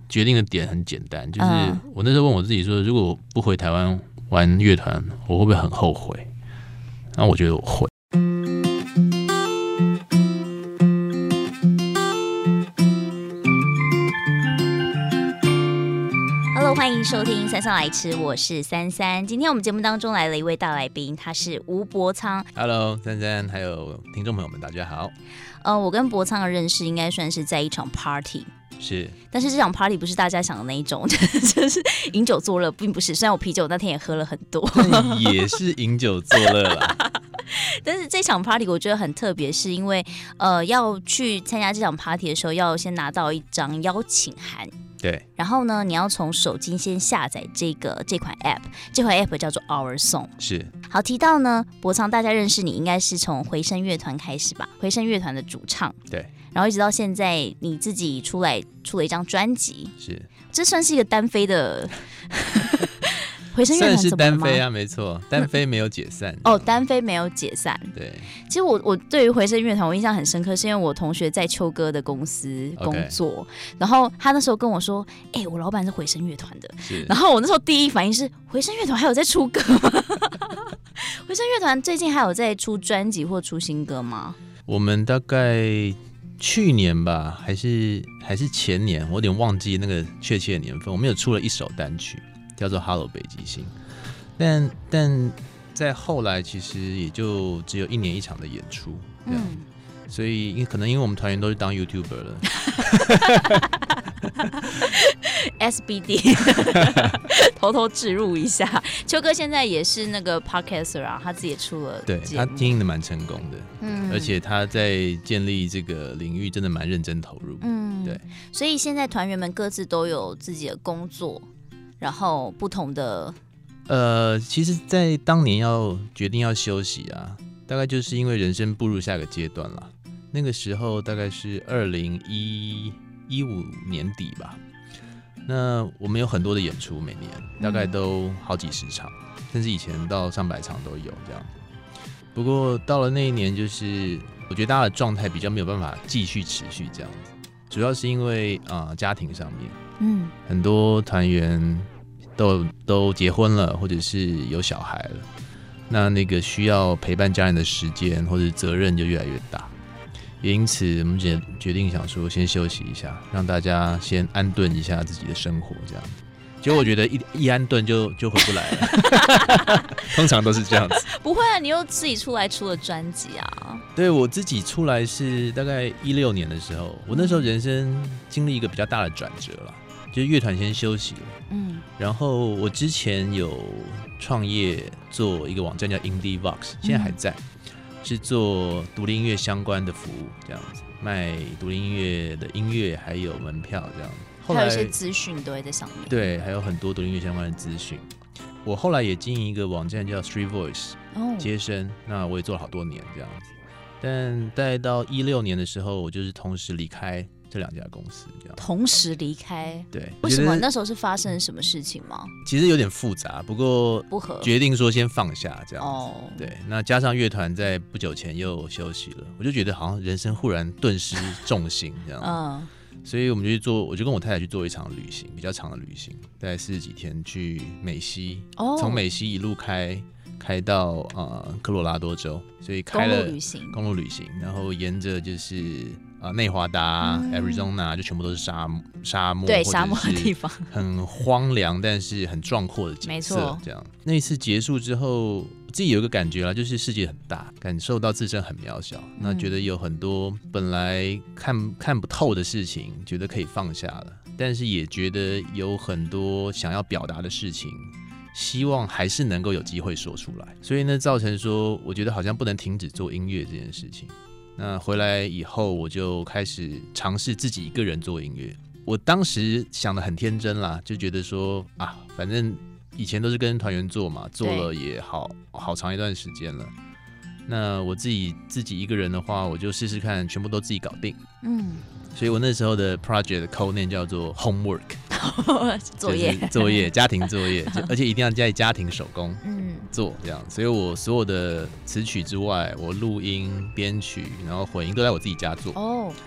决定的点很简单，就是我那时候问我自己说，如果我不回台湾玩乐团，我会不会很后悔？然后我觉得我会。 Hello， 欢迎收听三三来吃，我是三三。今天我们节目当中来了一位大来宾，他是吴柏苍。 Hello， 三三，还有听众朋友们，大家好。 我跟柏苍的认识应该算是在一场 party。 是， 但是这场 party 不是大家想的那一种，就是饮酒作乐，并不是。虽然我啤酒那天也喝了很多， 也是饮酒作乐啦。 但是这场 party 我觉得很特别，是因为要去参加这场 party 的时候，要先拿到一张邀请函。 对， 然后呢，你要从手机先下载这款 app， 这款 app 叫做 Our Song。是，好，提到呢，柏苍，大家认识你应该是从回声乐团开始吧？回声乐团的主唱， 对， 然后一直到现在，你自己出了一张专辑， 是， 这算是一个单飞的。回声乐团算是单飞啊，没错，单飞没有解散。 哦，单飞没有解散。 对， 其实我对于回声乐团我印象很深刻，是因为我同学在秋哥的公司工作，然后他那时候跟我说：“我老板是回声乐团的。”然后我那时候第一反应是：回声乐团还有在出歌吗？回声乐团最近还有在出专辑或出新歌吗？ 我们大概去年吧，还是前年，我有点忘记那个确切的年份，我们有出了一首单曲。叫做 Hello 北极星，但在后来其实也就只有1年1场的演出，所以可能因为我们团员都是当 YouTuber 了 ，SBD 偷偷置入一下，秋哥现在也是那个 Podcaster 啊，他自己也出了节目， 对，他经营的蛮成功的，而且他在建立这个领域真的蛮认真投入，对， 所以现在团员们各自都有自己的工作。然后不同的， 其实，在当年决定要休息啊，大概就是因为人生步入下个阶段了。那个时候大概是2015年底吧。那我们有很多的演出，每年大概都好几十场，甚至以前到上百场都有这样。不过到了那一年，就是我觉得大家的状态比较没有办法继续持续这样子，主要是因为家庭上面。很多团员都结婚了，或者是有小孩了，那个需要陪伴家人的时间或者责任就越来越大，也因此我们决定想说先休息一下，让大家先安顿一下自己的生活，这样。结果我觉得一安顿就回不来了，通常都是这样子。 不会啊，你又自己出来出了专辑啊？ 对，我自己出来是大概16年的时候，我那时候人生经历一个比较大的转折了。就是乐团先休息了，然后我之前有创业做一个网站叫 IndieVox， 现在还在，是做独立音乐相关的服务，这样子卖独立音乐的音乐还有门票这样。后来还有一些资讯都会在上面， 对，还有很多独立音乐相关的资讯。我后来也经营一个网站叫 Street Voice， 接生，那我也做了好多年这样子。但大概到16年的时候，我就是同时离开这2家公司，这样同时离开， 对， 为什么？那时候是发生什么事情吗？ 其实有点复杂，不过不合， 决定说先放下这样子。对，那加上乐团在不久前又休息了，我就觉得好像人生忽然顿失重心这样。所以我们就去做，我就跟我太太去做一场旅行，比较长的旅行，大概40几天去美西，从美西一路开到科罗拉多州，所以开了公路旅行，然后沿着就是内华达、Arizona 就全部都是沙漠， 对，沙漠的地方， 很荒凉但是很壮阔的景色。这样，那一次结束之后，自己有一个感觉啦，就是世界很大，感受到自身很渺小，那觉得有很多本来看不透的事情，觉得可以放下了，但是也觉得有很多想要表达的事情。希望还是能够有机会说出来，所以呢，造成说，我觉得好像不能停止做音乐这件事情。那回来以后，我就开始尝试自己一个人做音乐。我当时想得很天真啦，就觉得说反正以前都是跟团员做嘛，做了也好长一段时间了。那我自己一个人的话，我就试试看，全部都自己搞定。所以我那时候的 project 的 code name 叫做 homework， 作业，家庭作业，而且一定要在家庭手工做这样。所以我所有的词曲之外，我录音、编曲，然后混音都在我自己家做。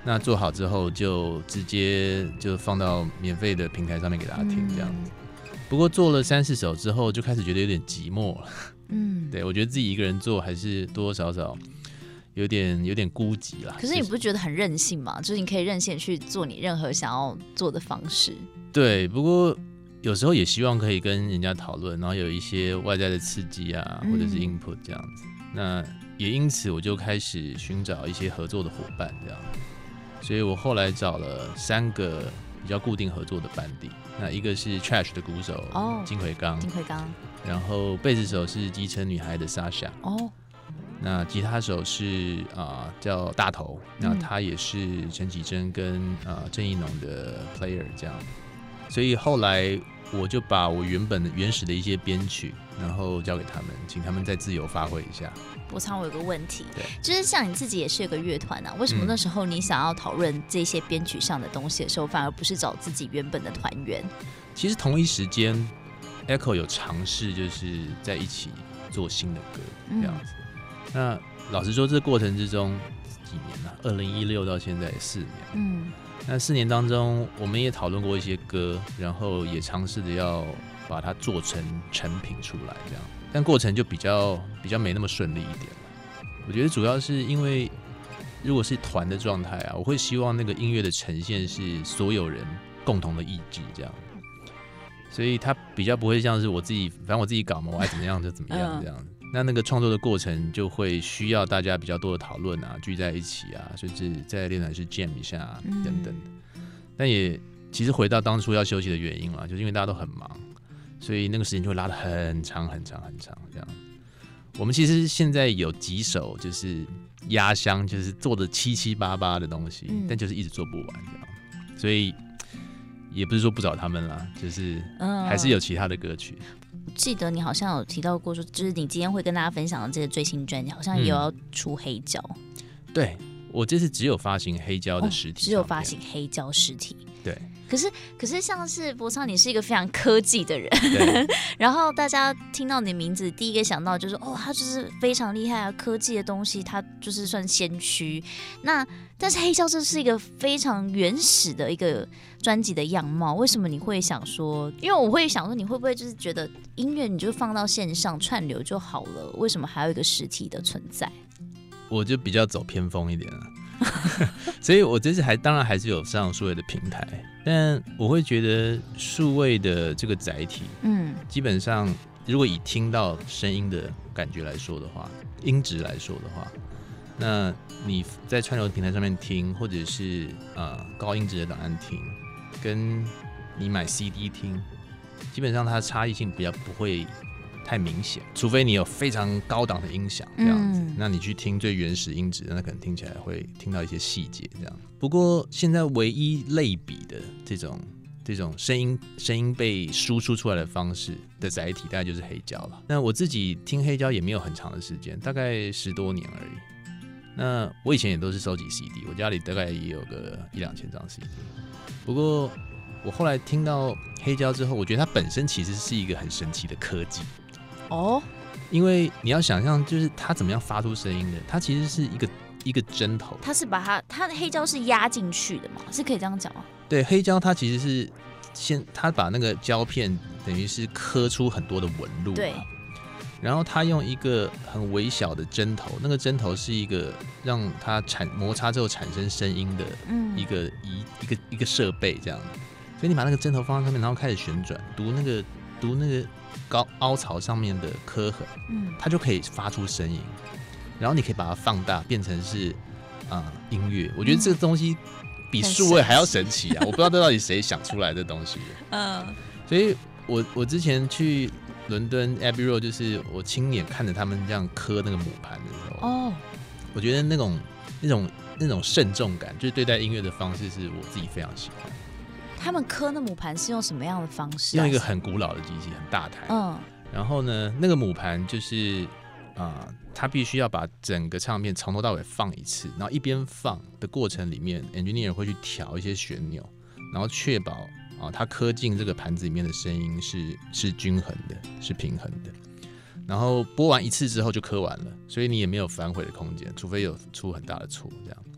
那做好之后就直接就放到免费的平台上面给大家听这样子。不过做了3-4首之后，就开始觉得有点寂寞了。对，我觉得自己一个人做还是多多少少有点孤寂啦。 可是你不是觉得很任性吗？就是你可以任性去做你任何想要做的方式。 对，不过有时候也希望可以跟人家讨论，然后有一些外在的刺激啊，或者是 input 这样子。那也因此我就开始寻找一些合作的伙伴这样。所以我后来找了3个比较固定合作的班底。那一个是 Trash 的鼓手金奎刚，然后贝斯手是机车女孩的 Sasha，那吉他手是叫大头，那他也是陈绮贞跟郑宜农的 player 这样。所以后来我就把我原始的一些编曲，然后交给他们，请他们再自由发挥一下。 博昌，我有个问题，就是像你自己也是有个乐团啊，为什么那时候你想要讨论这些编曲上的东西的时候，反而不是找自己原本的团员？其实同一时间 Echo 有尝试就是在一起做新的歌这样子。那老实说，这个过程之中几年了，2016到现在4年。那4年当中，我们也讨论过一些歌，然后也尝试着要把它做成成品出来这样。但过程就比较没那么顺利一点了。我觉得主要是因为如果是团的状态啊，我会希望那个音乐的呈现是所有人共同的意志这样，所以它比较不会像是我自己，反正我自己搞嘛，我爱怎么样就怎么样这样。那个创作的过程就会需要大家比较多的讨论啊，聚在一起啊，甚至在练团室 jam 一下等等的。但也其实回到当初要休息的原因啦，就是因为大家都很忙。所以那个时间就会拉得很长很长很长这样。我们其实现在有几首就是压箱，就是做的七七八八的东西，但就是一直做不完这样。所以也不是说不找他们啦，就是还是有其他的歌曲。 记得你好像有提到过说，就是你今天会跟大家分享的这个最新专辑，好像也有要出黑胶。 对，我这次只有发行黑胶的实体， 只有发行黑胶实体。 对。 可是像是博昌，你是一个非常科技的人，然后大家听到你的名字，第一个想到就是他就是非常厉害啊，科技的东西他就是算先驱。那但是黑胶这是一个非常原始的一个专辑的样貌，为什么你会想说？因为我会想说，你会不会就是觉得音乐你就放到线上串流就好了，为什么还有一个实体的存在？ 我就比较走偏锋一点了。所以我这次当然还是有上数位的平台，但我会觉得数位的这个载体，基本上如果以听到声音的感觉来说的话，音质来说的话，那你在串流平台上面听，或者是高音质的档案听，跟你买 CD 听，基本上它的差异性比较不会太明显，除非你有非常高档的音响这样子，那你去听最原始音质，那可能听起来会听到一些细节这样。不过现在唯一类比的这种声音被输出出来的方式的载体，大概就是黑胶了。那我自己听黑胶也没有很长的时间，大概10多年而已。那我以前也都是收集 CD， 我家里大概也有个1-2千张 CD。不过我后来听到黑胶之后，我觉得它本身其实是一个很神奇的科技。因为你要想象，就是它怎么样发出声音的，它其实是一个针头， 它是把它的黑胶是压进去的嘛，是可以这样讲吗？ 对，黑胶它其实是它把那个胶片等于是刻出很多的纹路，对，然后它用一个很微小的针头，那个针头是一个让它摩擦之后产生声音的一个设备这样，所以你把那个针头放在上面，然后开始旋转，读那个凹槽上面的刻痕，它就可以发出声音，然后你可以把它放大变成是音乐。我觉得这个东西比数位还要神奇啊！我不知道这到底谁想出来的东西。所以我之前去伦敦 Abbey Road， 就是我亲眼看着他们这样刻那个母盘的时候，我觉得那种慎重感，就是对待音乐的方式，是我自己非常喜欢。 他们刻那母盘是用什么样的方式？ 用一个很古老的机器，很大台。然后呢，那个母盘就是他必须要把整个唱片从头到尾放一次，然后一边放的过程里面 ，engineer 会去调一些旋钮，然后确保它刻进这个盘子里面的声音是均衡的，是平衡的。然后播完一次之后就刻完了，所以你也没有反悔的空间，除非有出很大的错这样。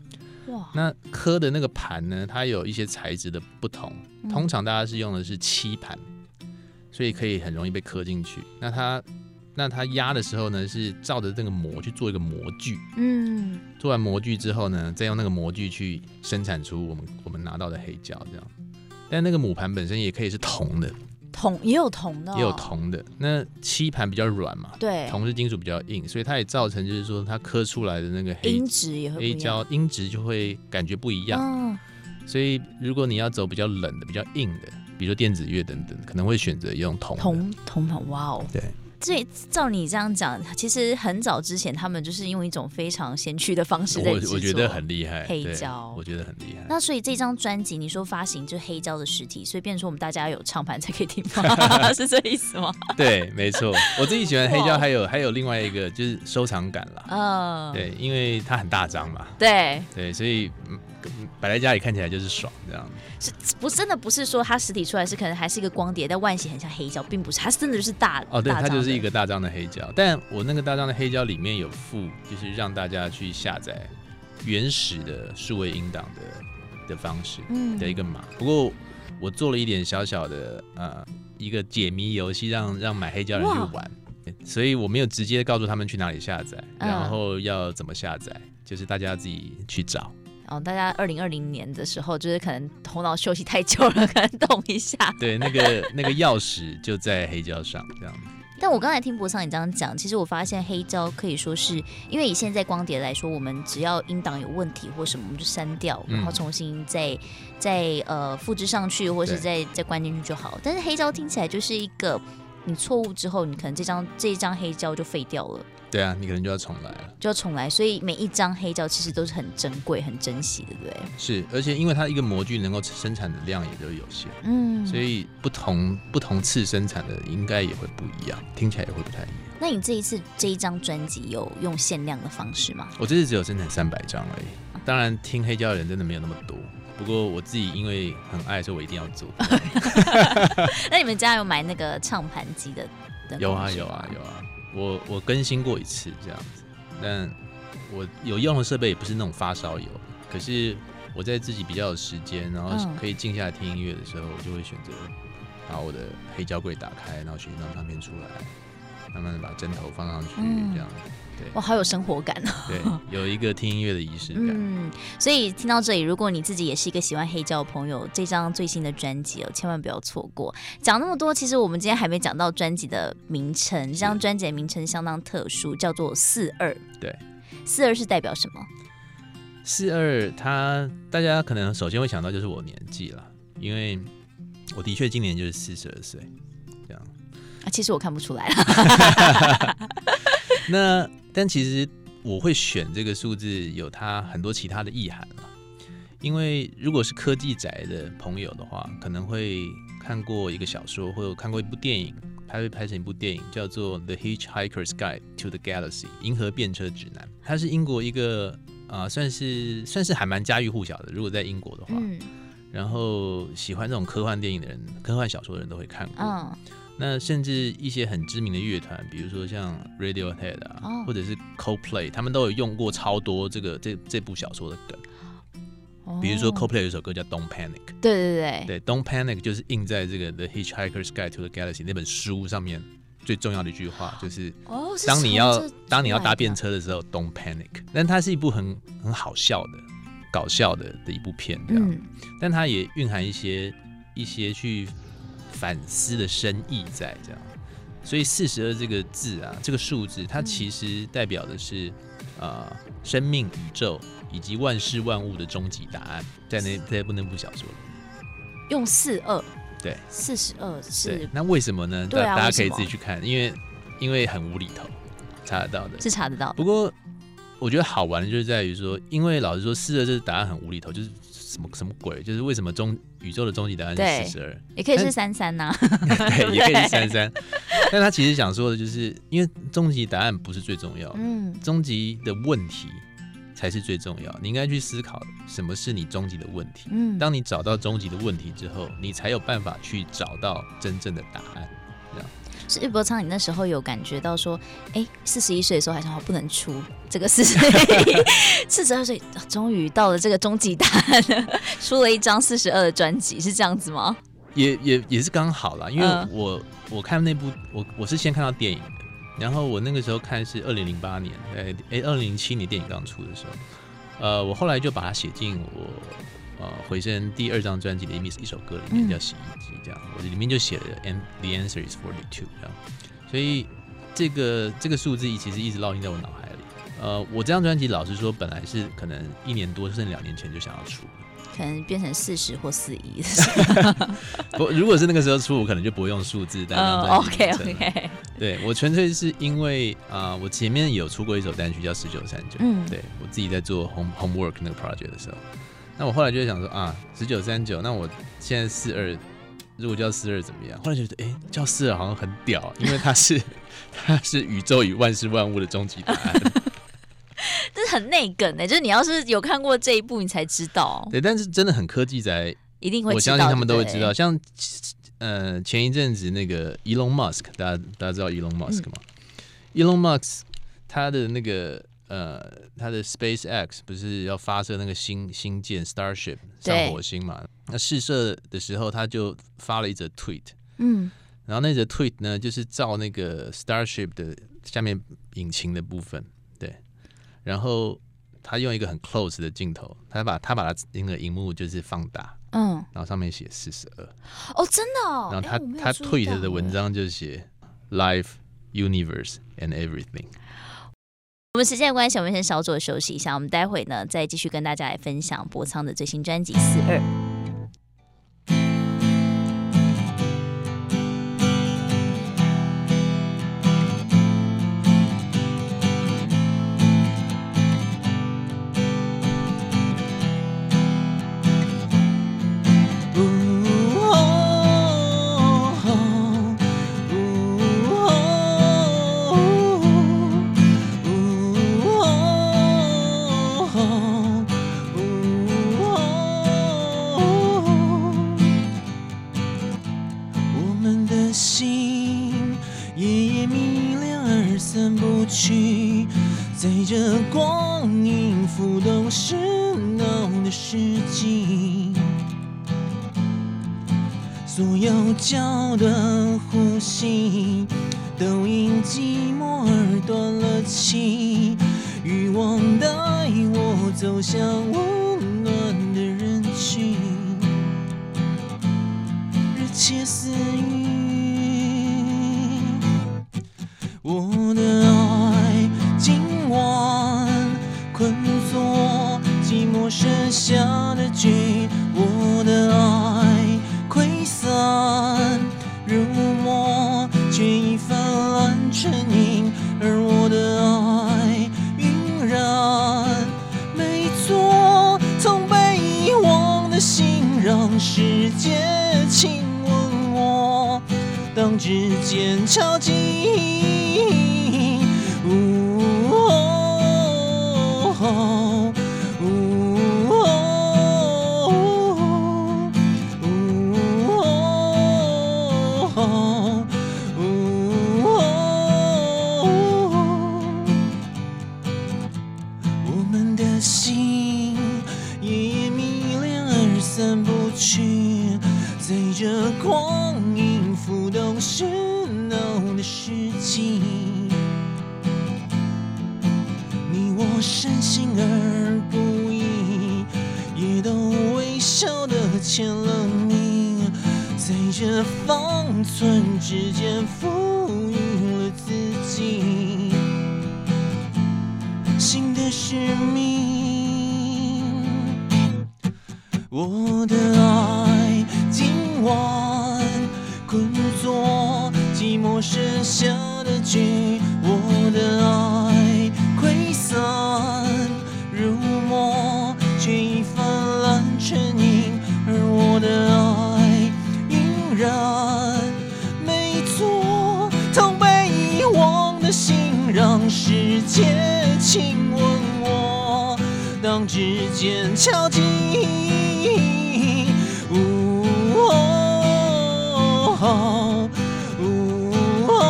哇， 那刻的那个盘呢，它有一些材质的不同，通常大家是用的是漆盘，所以可以很容易被刻进去。那它压的时候呢，是照着这个模去做一个模具，做完模具之后呢，再用那个模具去生产出我们拿到的黑胶这样。但那个母盘本身也可以是铜的。 也有铜的， 也有铜的。那漆盘比较软嘛， 对， 铜是金属比较硬，所以它也造成就是说它刻出来的那个音质也会不一样， 黑胶音质就会感觉不一样。所以如果你要走比较冷的、比较硬的，比如说电子乐等等，可能会选择用铜盘。哇哦， 对。 这照你这样讲，其实很早之前他们就是用一种非常先驱的方式在制作， 我觉得很厉害， 黑胶， 我觉得很厉害。 那所以这张专辑你说发行就是黑胶的实体，所以变成说我们大家要有唱盘才可以听吗？是这意思吗？ 对，没错。我自己喜欢黑胶，还有另外一个就是收藏感啦。对，因为它很大张嘛。 对， 所以摆在家里看起来就是爽这样。 真的不是说它实体出来是可能还是一个光碟，但外形很像黑胶，并不是，它真的就是大对，它就是一个大张的黑胶。但我那个大张的黑胶里面有附，就是让大家去下载原始的数位音档的方式的一个码。不过我做了一点小小的一个解谜游戏，让买黑胶人去玩。所以我没有直接告诉他们去哪里下载，然后要怎么下载，就是大家自己去找。 大家2020年的时候，就是可能头脑休息太久了，可能动一下。 对，那个钥匙就在黑胶上，这样。 但我刚才听博桑你这样讲，其实我发现黑胶可以说是，因为以现在光碟来说，我们只要音档有问题或什么，我们就删掉，然后重新再复制上去，或是再关进去就好。但是黑胶听起来就是一个，你错误之后，你可能这一张黑胶就废掉了。 对啊，你可能就要重来了， 所以每一张黑胶其实都是很珍贵、很珍惜的，对不对？ 是，而且因为它一个模具能够生产的量也都有限，所以不同次生产的应该也会不一样，听起来也会不太一样。 那你这一张专辑有用限量的方式吗？ 我这次只有生产300张而已，当然听黑胶的人真的没有那么多，不过我自己因为很爱，所以我一定要做。 那你们家有买那个唱盘机的？ 有啊。我更新过一次这样子，但我有用的设备也不是那种发烧友，可是我在自己比较有时间，然后可以静下来听音乐的时候，我就会选择把我的黑胶柜打开，然后选一张唱片出来，慢慢的把针头放上去，这样。对， 哇，好有生活感哦。 对，有一个听音乐的仪式感。 所以听到这里，如果你自己也是一个喜欢黑胶的朋友，这张最新的专辑千万不要错过。讲那么多，其实我们今天还没讲到专辑的名称。这张专辑的名称相当特殊，叫做42。 对 ，42是代表什么 ？42，大家可能首先会想到就是我年纪了，因为我的确今年就是42岁，这样。 其实我看不出来了。 但其实我会选这个数字，有它很多其他的意涵了。因为如果是科技宅的朋友的话，可能会看过一个小说，或者看过一部电影，拍成一部电影，叫做《The Hitchhiker's Guide to the Galaxy》银河便车指南。它是英国一个算是还蛮家喻户晓的，如果在英国的话。然后喜欢这种科幻电影的人、科幻小说的人都会看过。那甚至一些很知名的乐团，比如说像 Radiohead 或者是 Coldplay， 他们都有用过超多这部小说的梗。比如说 Coldplay 有一首歌叫 Don't Panic， 对 Don't Panic 就是印在这个 The Hitchhiker's Guide to the Galaxy 那本书上面最重要的一句话，就是当你要搭便车的时候 Don't Panic。但它是一部很好笑的、搞笑的一部片，这样。但它也蕴含一些去反思的深意在这样，所以42这个字这个数字，它其实代表的是生命、宇宙以及万事万物的终极答案，在那部小说里用42， 对 ，42是对。 那为什么呢？大家可以自己去看，因为很无厘头，查得到的是查得到。 不过我觉得好玩的就是在于说，因为老实说，42这个答案很无厘头，就是什么鬼？就是为什么宇宙的终极答案是42？ 也可以是33呐， 对，也可以是33。但他其实想说的就是，因为终极答案不是最重要的，终极的问题才是最重要。你应该去思考什么是你终极的问题。当你找到终极的问题之后，你才有办法去找到真正的答案。这样。 是博昌，你那时候有感觉到说，41岁的时候还想好不能出这个42岁终于到了这个终极答案了，出了一张42的专辑，是这样子吗？ 也是刚好啦，因为我看那部我是先看到电影的，然后我那个时候看是2008年，2007年电影刚出的时候，我后来就把它写进我回声第2张专辑的一首歌里面，叫《洗衣机》这样，我里面就写了 The Answer is 42这样，所以这个数字其实一直烙印在我脑海里。我这张专辑老实说，本来是可能1年多甚至2年前就想要出。 可能变成40或41。 如果是那个时候出，我可能就不会用数字在那张专辑里面。 OK。 对，我纯粹是因为我前面有出过一首单曲叫1939，对我自己在做 homework 那个 project 的时候，那我后来就想说1939，那我现在42，如果叫42怎么样？后来觉得叫42好像很屌，因为它是宇宙与万事万物的终极答案。 这是很内梗就是你要是有看过这一部，你才知道。 对，但是真的很科技宅， 一定会知道， 我相信他们都会知道。像前一阵子那个 Elon Musk， 大家知道 Elon Musk 吗？Elon Musk 他的那个他的 SpaceX 不是要发射那个星舰 Starship 上火星嘛？那试射的时候他就发了一则 tweet， 然后那则 tweet 呢就是照那个 Starship 的下面引擎的部分。然后他用一个很 close 的镜头，他把他那个荧幕就是放大，然后上面写42。 真的哦。 然后他 tweet 的文章就写 Life, Universe and Everything。 我们时间的关系，我们先稍作休息一下，我们待会呢再继续跟大家来分享博昌的最新专辑42。 在这光影浮动喧闹的世纪，所有脚的呼吸都因寂寞而断了气，欲望带我走向温暖的人群，热切私语，我的爱今晚困作寂寞剩下的局，我的爱溃散如墨，却已泛滥成瘾，而我的爱晕染。没错，从被遗忘的心，让世界亲吻我，当指尖敲击。我们的心夜夜迷恋而散不去，在这光影浮动喧闹的世纪，你我深信而不疑，也都微笑地签了名，在这方寸之间赋予了自己新的使命。我的爱今晚困作寂寞剩下的局，我的爱溃散如墨，却已泛滥成瘾，而我的爱晕染。没错，痛被遗忘的心，让世界亲吻我，当指尖敲击。呜哦哦哦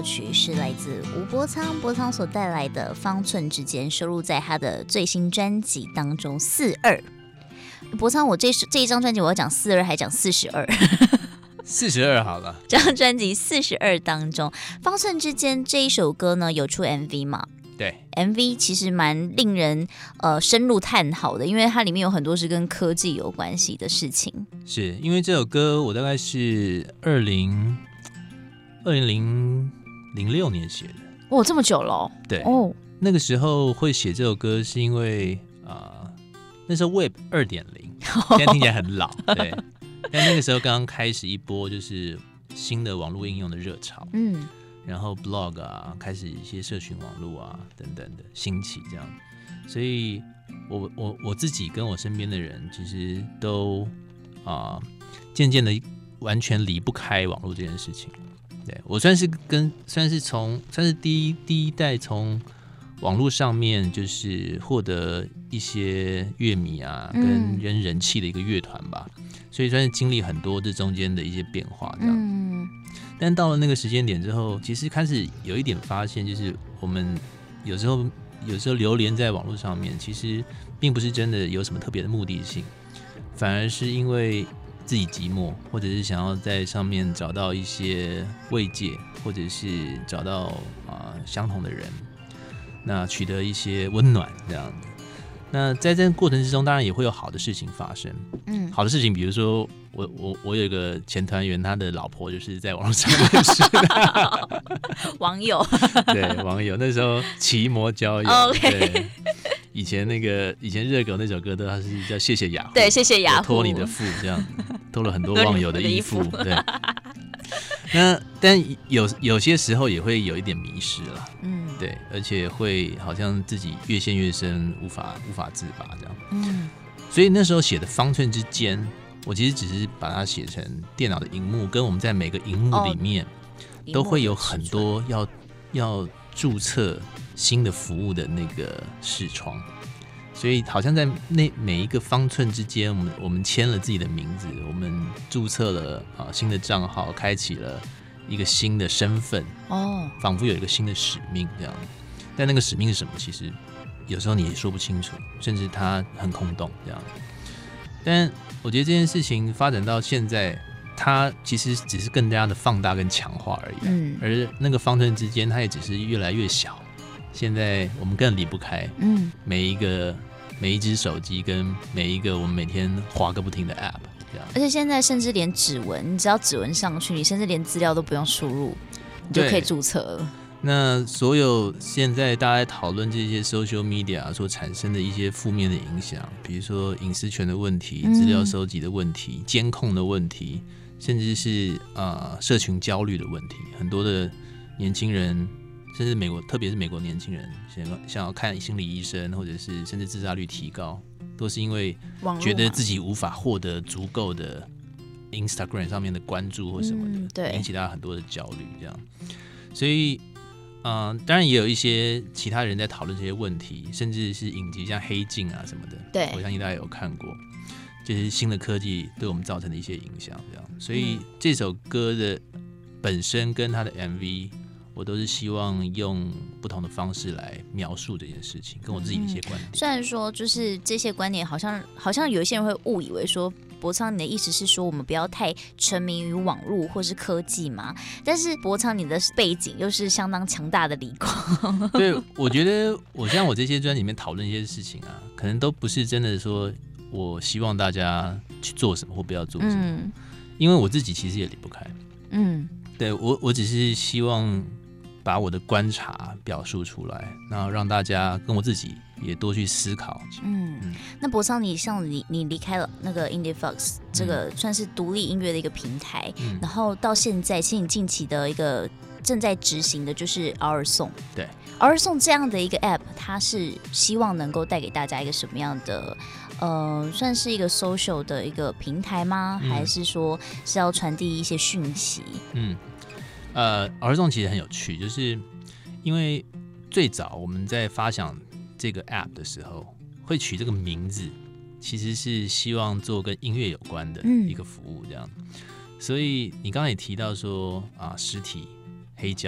曲是来自吴波仓，波仓所带来的《方寸之间》，收录在他的最新专辑当中42。波仓，我这一张专辑我要讲42还讲42 ？42好了。 这张专辑42当中，《方寸之间》这一首歌呢有出 MV 嘛？ 对 ，MV 其实蛮令人深入探讨的，因为它里面有很多是跟科技有关系的事情。 是因为这首歌我大概是2006年写的。 哦，这么久了哦。 对哦，那个时候会写这首歌是因为那时候 Web 2.0， 现在听起来很老，对，但那个时候刚刚开始一波就是新的网络应用的热潮，然后 blog 啊，开始一些社群网络啊等等的兴起，这样，所以我自己跟我身边的人其实都渐渐的完全离不开网络这件事情。对，我算是第一代从网络上面就是获得一些乐迷啊跟人气的一个乐团吧，所以算是经历很多这中间的一些变化这样。但到了那个时间点之后，其实开始有一点发现，就是我们有时候流连在网络上面，其实并不是真的有什么特别的目的性，反而是因为自己寂寞，或者是想要在上面找到一些慰藉，或者是找到相同的人，那取得一些温暖这样的。那在这个过程之中，当然也会有好的事情发生。好的事情，比如说我有一个前团员，他的老婆就是在网络上认识的网友， 对网友，那时候奇摩交友。对，以前热狗那首歌他是叫谢谢雅虎， 对，谢谢雅虎， 托你的福这样，托了很多网友的衣服，对。但有些时候也会有一点迷失了，对，而且会好像自己越陷越深，无法自拔这样，所以那时候写的《方寸之间》，我其实只是把它写成电脑的荧幕，跟我们在每个荧幕里面都会有很多要注册新的服务的那个视窗，所以好像在每一个方寸之间，我们签了自己的名字，我们注册了新的账号，开启了一个新的身份，仿佛有一个新的使命这样。但那个使命是什么？其实有时候你也说不清楚，甚至它很空洞这样。但我觉得这件事情发展到现在，它其实只是更加的放大跟强化而已，而那个方寸之间，它也只是越来越小。现在我们更离不开每一只手机跟每一个我们每天滑个不停的 app 这样。 而且现在甚至连指纹，你只要指纹上去，你甚至连资料都不用输入，你就可以注册了。 那所有现在大家在讨论这些 social media 所产生的一些负面的影响，比如说隐私权的问题、资料收集的问题、监控的问题，甚至是社群焦虑的问题，很多的年轻人，甚至特别是美国年轻人想要看心理医生，或者是甚至自杀率提高，都是因为觉得自己无法获得足够的 Instagram 上面的关注或什么的， 对， 引起大家很多的焦虑这样。所以当然也有一些其他人在讨论这些问题，甚至是影集像黑镜啊什么的， 对， 我相信大家有看过，就是新的科技对我们造成的一些影响这样。所以这首歌的本身跟它的 MV， 我都是希望用不同的方式来描述这件事情，跟我自己的一些观点。 虽然说就是这些观点好像有一些人会误以为说，博昌，你的意思是说我们不要太沉迷于网络或是科技嘛？但是博昌，你的背景又是相当强大的理工。 对，我觉得我这些专辑里面讨论一些事情啊，可能都不是真的说我希望大家去做什么或不要做什么，因为我自己其实也离不开。对，我只是希望把我的观察表述出来，然后让大家跟我自己也多去思考。 那博昌，你离开了那个 IndieFox 这个算是独立音乐的一个平台，然后到现在，其实你近期的一个正在执行的就是 Our Song。 对 ，Our Song 这样的一个 App， 它是希望能够带给大家一个什么样的算是一个 social 的一个平台吗？还是说是要传递一些讯息 ？Our Song 其实很有趣，就是因为最早我们在发想这个 App 的时候，会取这个名字，其实是希望做跟音乐有关的一个服务，这样。所以你刚才也提到说实体黑胶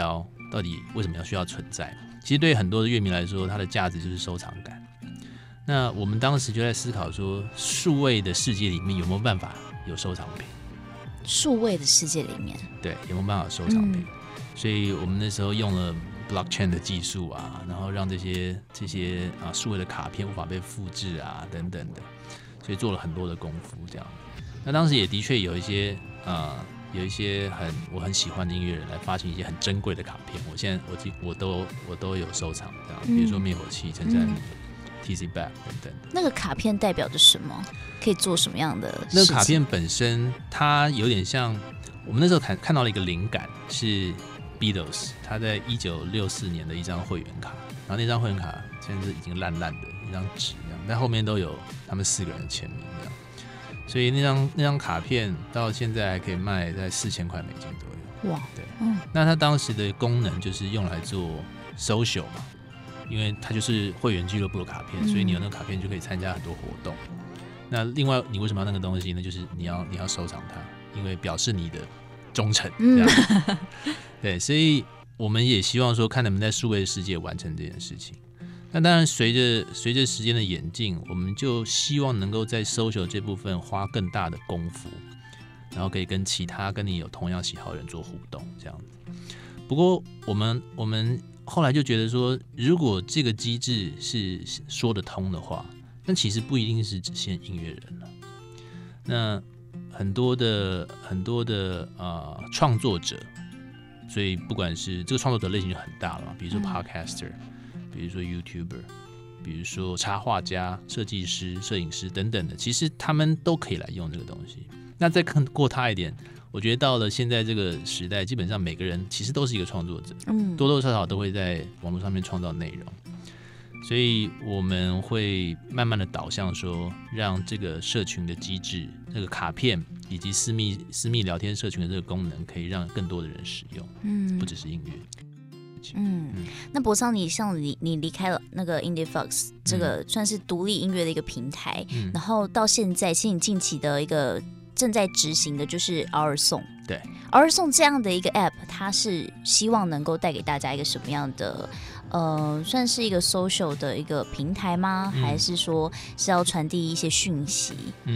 到底为什么要需要存在？其实对很多的乐迷来说，它的价值就是收藏感。那我们当时就在思考说，数位的世界里面有没有办法有收藏品？ 数位的世界里面， 对，有没有办法收藏品？所以我们那时候用了 blockchain 的技术啊，然后让这些数位的卡片无法被复制啊，等等的，所以做了很多的功夫这样。那当时也的确有一些我很喜欢的音乐人来发行一些很珍贵的卡片，我都有收藏这样，比如说灭火器、陈珊妮、TC Back 等等的。 那个卡片代表着什么？可以做什么样的事情？ 那个卡片本身它有点像我们那时候看到了一个灵感是 Beatles 他在1964年的一张会员卡，然后那张会员卡现在是已经烂的一张纸这样，但后面都有他们4个人的签名这样，所以那张卡片到现在还可以卖在$4000左右。 哇， 对，那它当时的功能就是用来做 social 嘛，因为它就是会员俱乐部的卡片，所以你有那个卡片就可以参加很多活动。那另外你为什么要那个东西呢？就是你要收藏它，因为表示你的忠诚这样。对，所以我们也希望说看能不能在数位世界完成这件事情。那当然随着时间的演进，我们就希望能够在 social 这部分花更大的功夫，然后可以跟其他跟你有同样喜好的人做互动这样子。不过我们后来就觉得说，如果这个机制是说得通的话，那其实不一定是只限音乐人了。那很多的创作者，所以不管是这个创作者类型就很大了嘛，比如说 podcaster，比如说 YouTuber， 比如说插画家、设计师、摄影师等等的，其实他们都可以来用这个东西。那再更过他一点，我觉得到了现在这个时代，基本上每个人其实都是一个创作者，多多少少都会在网络上面创造内容。所以我们会慢慢的导向说，让这个社群的机制、这个卡片以及私密聊天社群的这个功能，可以让更多的人使用，不只是音乐。 那博昌，你离开了那个 IndieFox 这个算是独立音乐的一个平台，然后到现在，其实你近期的一个正在执行的就是 Our Song。 对 ，Our Song 这样的一个 App， 它是希望能够带给大家一个什么样的算是一个 social 的一个平台吗？还是说是要传递一些讯息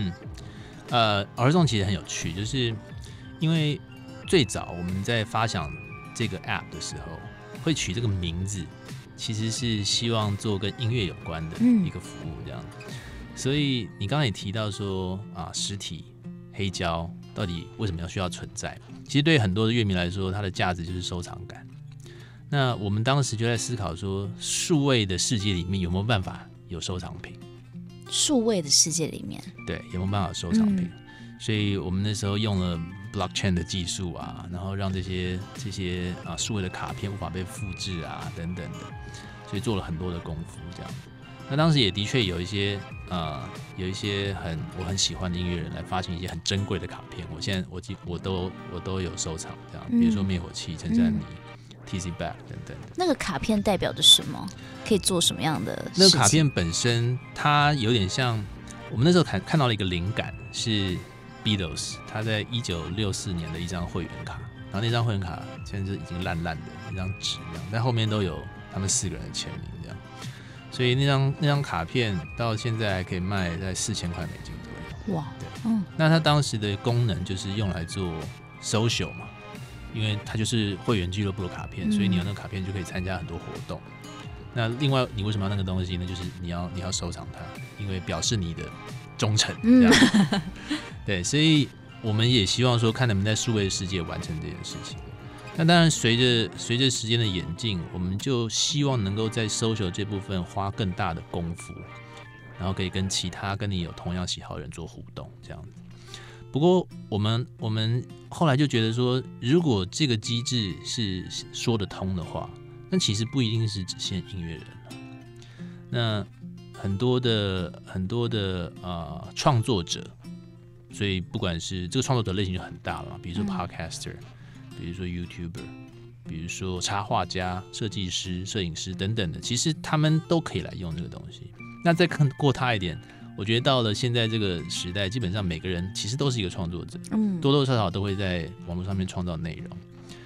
？Our Song 其实很有趣，就是因为最早我们在发想这个 App 的时候，会取这个名字，其实是希望做跟音乐有关的一个服务这样。所以你刚才也提到说实体黑胶到底为什么要需要存在？其实对很多的乐迷来说，它的价值就是收藏感。那我们当时就在思考说，数位的世界里面有没有办法有收藏品？ 数位的世界里面， 对，有没有办法收藏品？所以我们那时候用了 blockchain 的技术啊，然后让这些数位的卡片无法被复制啊，等等的，所以做了很多的功夫这样。那当时也的确有一些我很喜欢的音乐人来发行一些很珍贵的卡片，我都有收藏这样，比如说灭火器、陈珊妮、TC Back 等等的。 那个卡片代表着什么？可以做什么样的事情？ 那个卡片本身它有点像我们那时候看到了一个灵感是 Beatles 他在1964年的一张会员卡，然后那张会员卡现在是已经烂的一张纸这样，但后面都有他们4个人的签名这样，所以那张卡片到现在还可以卖在$4000左右。 哇， 对，那它当时的功能就是用来做 social 嘛，因为它就是会员俱乐部的卡片，所以你有那个卡片就可以参加很多活动。那另外你为什么要那个东西呢？就是你要收藏它，因为表示你的忠诚这样。对，所以我们也希望说看能不能在数位世界完成这件事情。那当然随着时间的演进，我们就希望能够在 social 这部分花更大的功夫，然后可以跟其他跟你有同样喜好的人做互动这样子。不过我们后来就觉得说，如果这个机制是说得通的话，那其实不一定是只限音乐人了。那很多的创作者，所以不管是这个创作者类型就很大了嘛，比如说 podcaster，比如说 YouTuber， 比如说插画家、设计师、摄影师等等的，其实他们都可以来用这个东西。那再更过他一点，我觉得到了现在这个时代，基本上每个人其实都是一个创作者，多多少少都会在网络上面创造内容。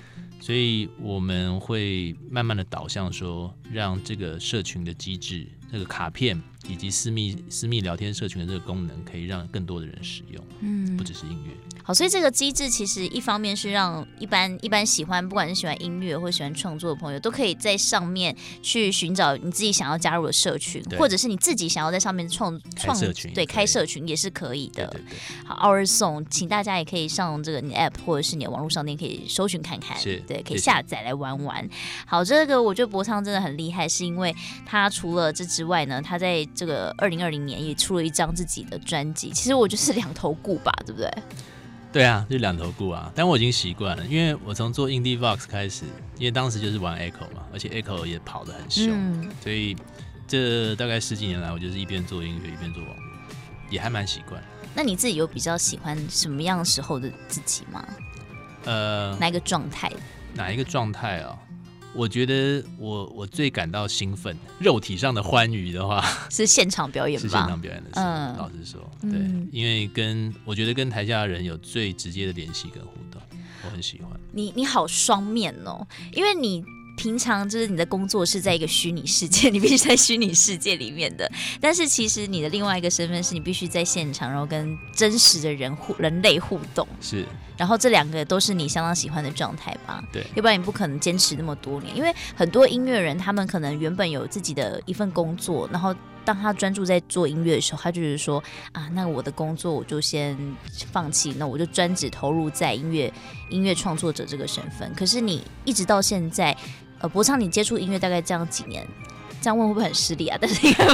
所以我们会慢慢的导向说，让这个社群的机制，这个卡片以及私密聊天社群的这个功能，可以让更多的人使用，不只是音乐。 好，所以这个机制其实一方面是让一般喜欢，不管是喜欢音乐或喜欢创作的朋友，都可以在上面去寻找你自己想要加入的社群，或者是你自己想要在上面开社群， 对，开社群也是可以的。 对。 好 ，Our Song， 请大家也可以上这个你的 App 或者是你的网络商店可以搜寻看看，对，可以下载来玩玩。好，这个我觉得博昌真的很厉害，是因为他除了这之外呢，他在这个2020年也出了一张自己的专辑。其实我就是两头顾吧，对不对？ 对啊，就两头顾啊，但我已经习惯了，因为我从做 Indie Vox 开始，因为当时就是玩 Echo 嘛，而且 Echo 也跑得很凶，所以这大概10几年来，我就是一边做音乐一边做网络，也还蛮习惯。 那你自己有比较喜欢什么样时候的自己吗？哪一个状态？ 哪一个状态啊？我觉得我最感到兴奋，肉体上的欢愉的话， 是现场表演吧？ 是现场表演的时候，老实说，对，因为我觉得跟台下的人有最直接的联系跟互动，我很喜欢。 你好双面哦，因为你平常就是你的工作是在一个虚拟世界，你必须在虚拟世界里面的，但是其实你的另外一个身份是你必须在现场，然后跟真实的人类互动， 是， 然后这两个都是你相当喜欢的状态吧？ 对， 要不然你不可能坚持那么多年，因为很多音乐人他们可能原本有自己的一份工作，然后当他专注在做音乐的时候，他就是说啊，那我的工作我就先放弃，那我就专职投入在音乐创作者这个身份。可是你一直到现在，博昌，你接触音乐大概这样几年？这样问会不会很失礼啊？但是应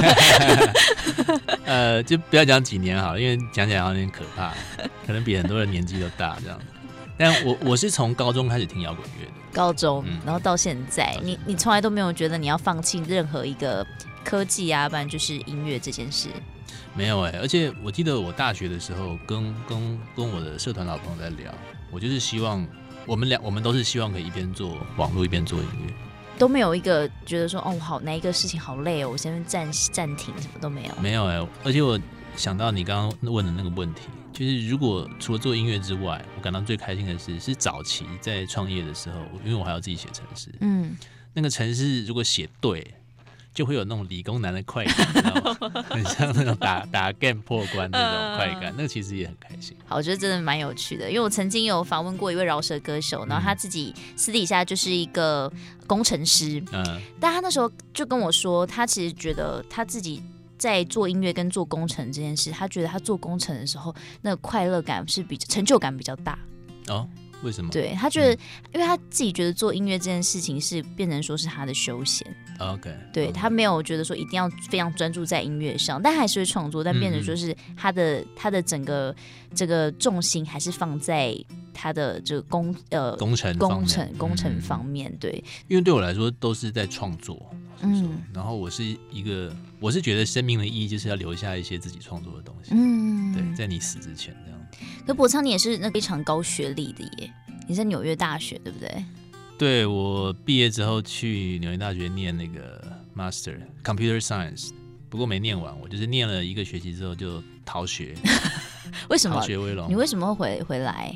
该就不要讲几年好了，因为讲起来有点可怕，可能比很多人年纪都大这样。但我是从高中开始听摇滚乐的， 高中，然后到现在，你从来都没有觉得你要放弃任何一个科技啊，不然就是音乐这件事？ 没有而且我记得我大学的时候跟我的社团老朋友在聊，我就是希望我们都是希望可以一边做网络一边做音乐， 都没有一个觉得说好哪一个事情好累我先暂停，什么都没有。 没有而且我想到你刚刚问的那个问题，就是如果除了做音乐之外，我感到最开心的是早期在创业的时候，因为我还要自己写程式，那个程式如果写对，就会有那种理工男的快感，你知道吗？很像那种打 game 破关那种快感，那个其实也很开心。 好，我觉得真的蛮有趣的，因为我曾经有访问过一位饶舌歌手，然后他自己私底下就是一个工程师，但他那时候就跟我说，他其实觉得他自己在做音乐跟做工程这件事，他觉得他做工程的时候，那个快乐感是成就感比较大。 哦，为什么？ 对，他觉得，因为他自己觉得做音乐这件事情是变成说是他的休闲。 OK， 对，他没有觉得说一定要非常专注在音乐上，但还是会创作，但变成说是他的整个这个重心还是放在他的这个工程方面。对， 因为对我来说都是在创作，然后我是觉得生命的意义就是要留下一些自己创作的东西，对，在你死之前这样。 可博昌你也是那非常高学历的耶，你在纽约大学对不对？ 对，我毕业之后去纽约大学念那个 Master Computer Science， 不过没念完，我就是念了1个学期之后就逃学。 为什么？ 逃学威龙。 你为什么会回来？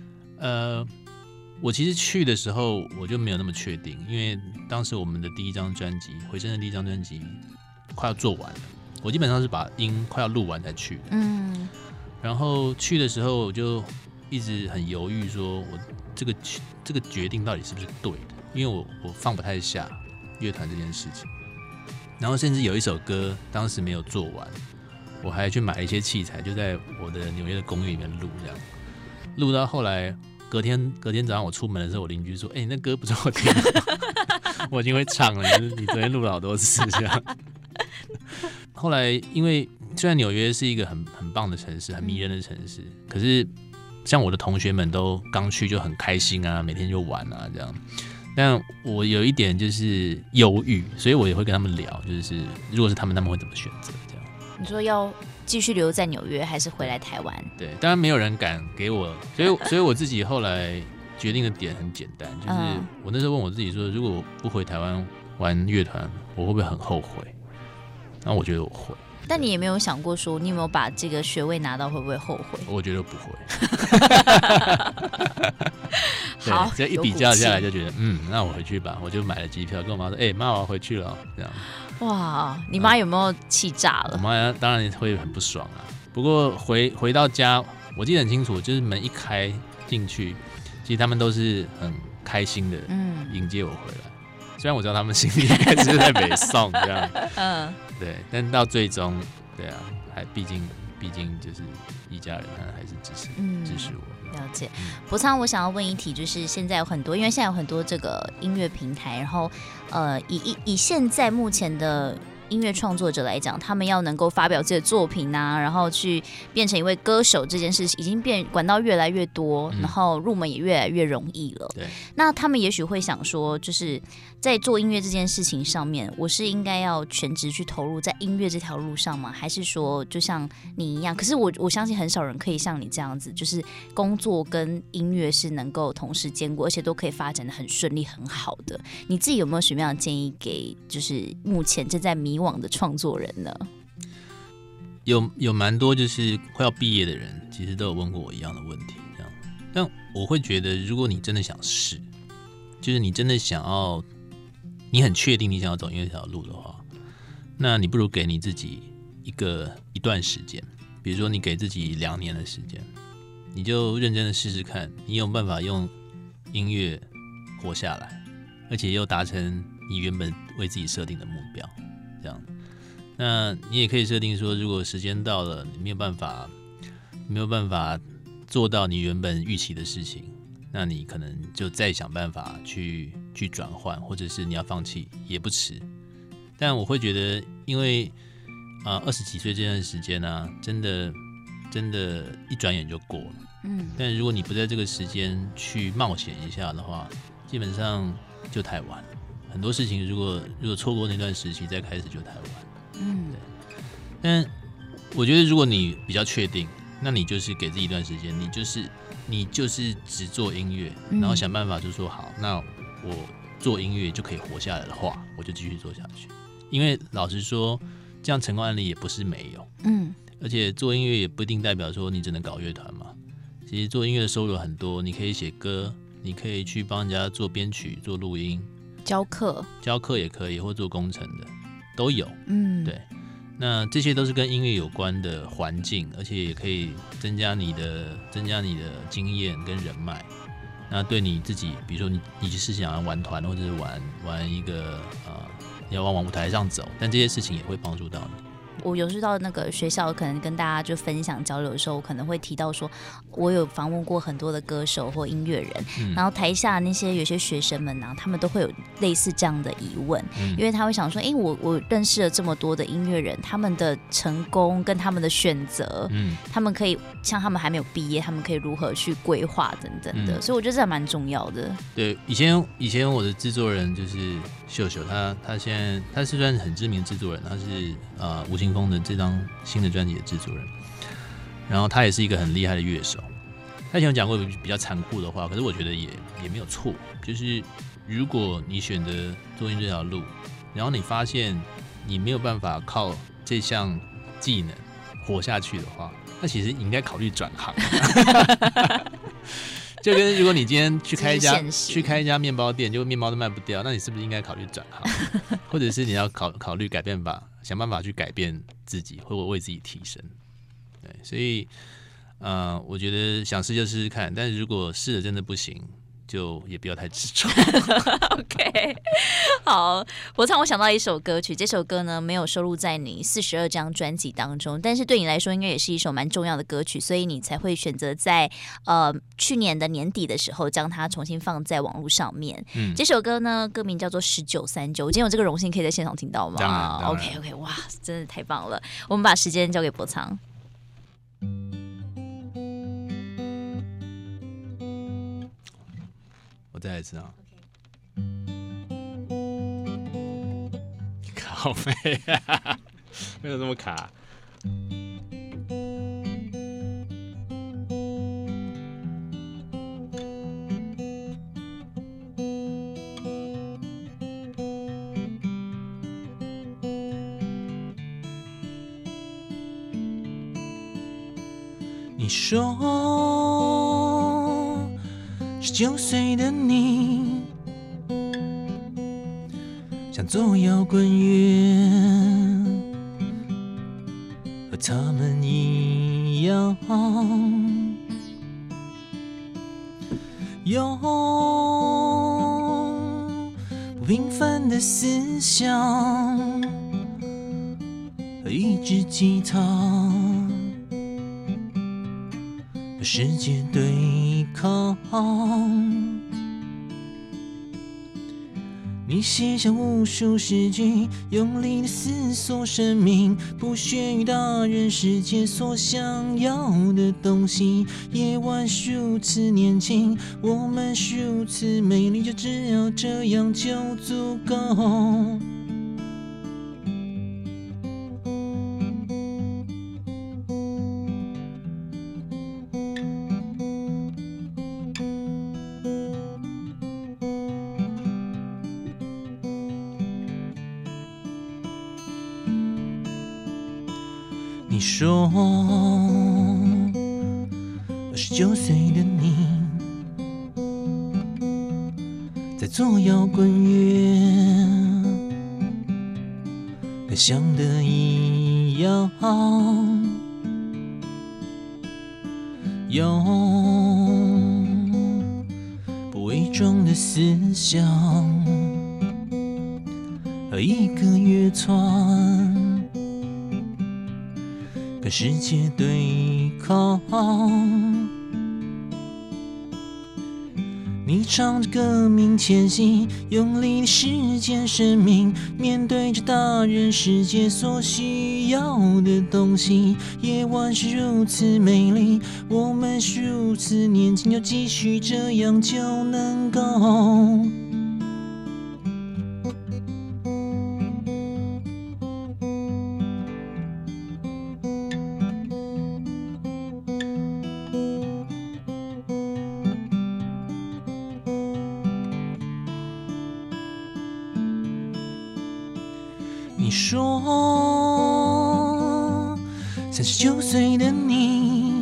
我其实去的时候我就没有那么确定，因为当时我们的第一张专辑，回声的第一张专辑快要做完了，我基本上是把音快要录完才去的。然后去的时候我就一直很犹豫，说我这个决定到底是不是对的？因为我放不太下乐团这件事情。然后甚至有一首歌当时没有做完，我还去买了一些器材，就在我的纽约的公寓里面录，这样录到后来隔天早上我出门的时候，我邻居说：“那歌不是我听的，我已经会唱了，你昨天录了好多次这样。”后来因为虽然纽约是一个很棒的城市，很迷人的城市，可是像我的同学们都刚去就很开心啊，每天就玩啊这样。但我有一点就是犹豫，所以我也会跟他们聊，就是如果是他们会怎么选择这样。 你说要继续留在纽约，还是回来台湾？ 对，当然没有人敢给我，所以我自己后来决定的点很简单，就是我那时候问我自己说，如果我不回台湾玩乐团，我会不会很后悔？然后我觉得我会。 但你也没有想过说，你有没有把这个学位拿到会不会后悔？ 我觉得不会。 好， 这一比较下来就觉得，那我回去吧，我就买了机票，跟我妈说，妈，我要回去了，这样。 哇，你妈有没有气炸了？ 我妈当然会很不爽啊。不过回到家，我记得很清楚，就是门一开进去，其实他们都是很开心的迎接我回来。虽然我知道他们心里应该是在北宋这样，对，但到最终，对啊，还毕竟就是一家人，他还是支持我。 了解，博昌，我想要问一题，就是现在有很多，因为现在有很多这个音乐平台，然后以现在目前的音乐创作者来讲，他们要能够发表自己的作品啊，然后去变成一位歌手这件事已经管道越来越多，然后入门也越来越容易了。 对， 那他们也许会想说，就是在做音乐这件事情上面，我是应该要全职去投入在音乐这条路上吗？还是说就像你一样？可是我相信很少人可以像你这样子，就是工作跟音乐是能够同时兼顾，而且都可以发展的很顺利、很好的。你自己有没有什么样的建议给就是目前正在迷惘的创作人呢？ 有蛮多就是快要毕业的人，其实都有问过我一样的问题，这样。但我会觉得，如果你真的想试，就是你真的想要，你很确定你想要走音乐这条路的话，那你不如给你自己一段时间，比如说你给自己2年的时间，你就认真的试试看，你有办法用音乐活下来，而且又达成你原本为自己设定的目标，这样。那你也可以设定说，如果时间到了，你没有办法做到你原本预期的事情，那你可能就再想办法去转换，或者是你要放弃也不迟。但我会觉得，因为20几岁这段时间啊，真的一转眼就过了。但如果你不在这个时间去冒险一下的话，基本上就太晚了。很多事情如果错过那段时期再开始就太晚。对。但我觉得如果你比较确定，那你就是给自己一段时间，你就是只做音乐，然后想办法就说好，那我做音乐就可以活下来的话，我就继续做下去。因为老实说，这样成功案例也不是没有，而且做音乐也不一定代表说你只能搞乐团嘛。其实做音乐的收入很多，你可以写歌，你可以去帮人家做编曲、做录音、 教课也可以，或做工程的都有。对。那这些都是跟音乐有关的环境，而且也可以增加你的经验跟人脉。那对你自己，比如说你是想要玩团，或者是玩一个你要往舞台上走，但这些事情也会帮助到你。 我有时到那个学校，可能跟大家就分享交流的时候，我可能会提到说，我有访问过很多的歌手或音乐人，然后台下那些有些学生们啊，他们都会有类似这样的疑问，因为他会想说，我认识了这么多的音乐人，他们的成功跟他们的选择，他们可以像他们还没有毕业，他们可以如何去规划等等的，所以我觉得这还蛮重要的。 对，以前我的制作人就是秀秀，他现在他是算很知名的制作人，他是吴青峰的这张新的专辑的制作人，然后他也是一个很厉害的乐手。他以前有讲过比较残酷的话，可是我觉得也没有错，就是如果你选择做音乐这条路，然后你发现你没有办法靠这项技能活下去的话，那其实你应该考虑转行。就跟如果你今天去开一家面包店，结果面包都卖不掉，那你是不是应该考虑转行？或者是你要考虑改变法，想办法去改变自己，或者为自己提升。对，所以我觉得想试就试试看，但是如果试了真的不行，就也不要太执着。 OK， 好，博昌，我想到一首歌曲，这首歌呢没有收录在你42张专辑当中，但是对你来说应该也是一首蛮重要的歌曲，所以你才会选择在去年的年底的时候将它重新放在网络上面。这首歌呢歌名叫做1939，我今天有这个荣幸可以在现场听到吗？ 当然 OK， 哇，真的太棒了！我们把时间交给博昌。 再来一次啊！靠背啊，没有这么卡。 你说 19岁的你，像座摇滚乐，和他们一样，有不平凡的思想和一支吉他，和世界对抗。你写下无数诗句，用力的思索生命，不屑于大人世界所想要的东西。夜晚是如此年轻，我们是如此美丽，就只要这样就足够。你说29岁的你，在做摇滚乐，跟想的一样，有不伪装的思想和一个乐团，跟世界对抗。你唱着革命前夕，用力的实践生命，面对着大人世界所需要的东西。夜晚是如此美丽，我们是如此年轻，要继续这样就能够。你说39岁的你，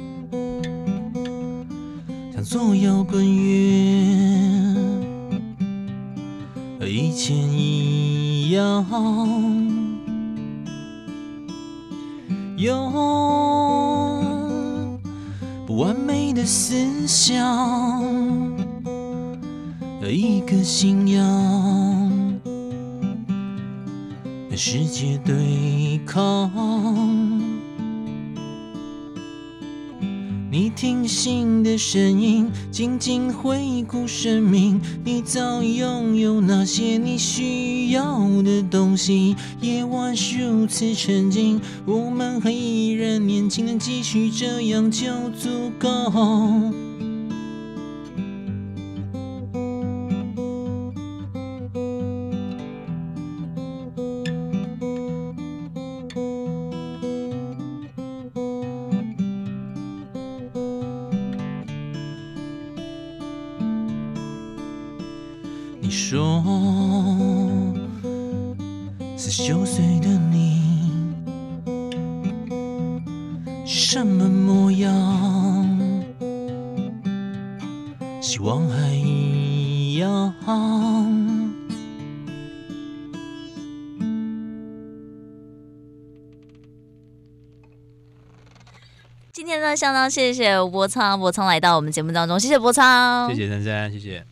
像做摇滚乐，和以前一样，有不完美的思想和一个信仰，跟世界对抗。你听心的声音，静静回顾生命，你早已拥有那些你需要的东西。夜晚是如此沉静，我们还依然年轻，能继续这样就足够。你说49岁的你是什么模样？希望还一样。 今天呢，相当谢谢柏苍来到我们节目当中，谢谢柏苍， 谢谢珊珊，谢谢。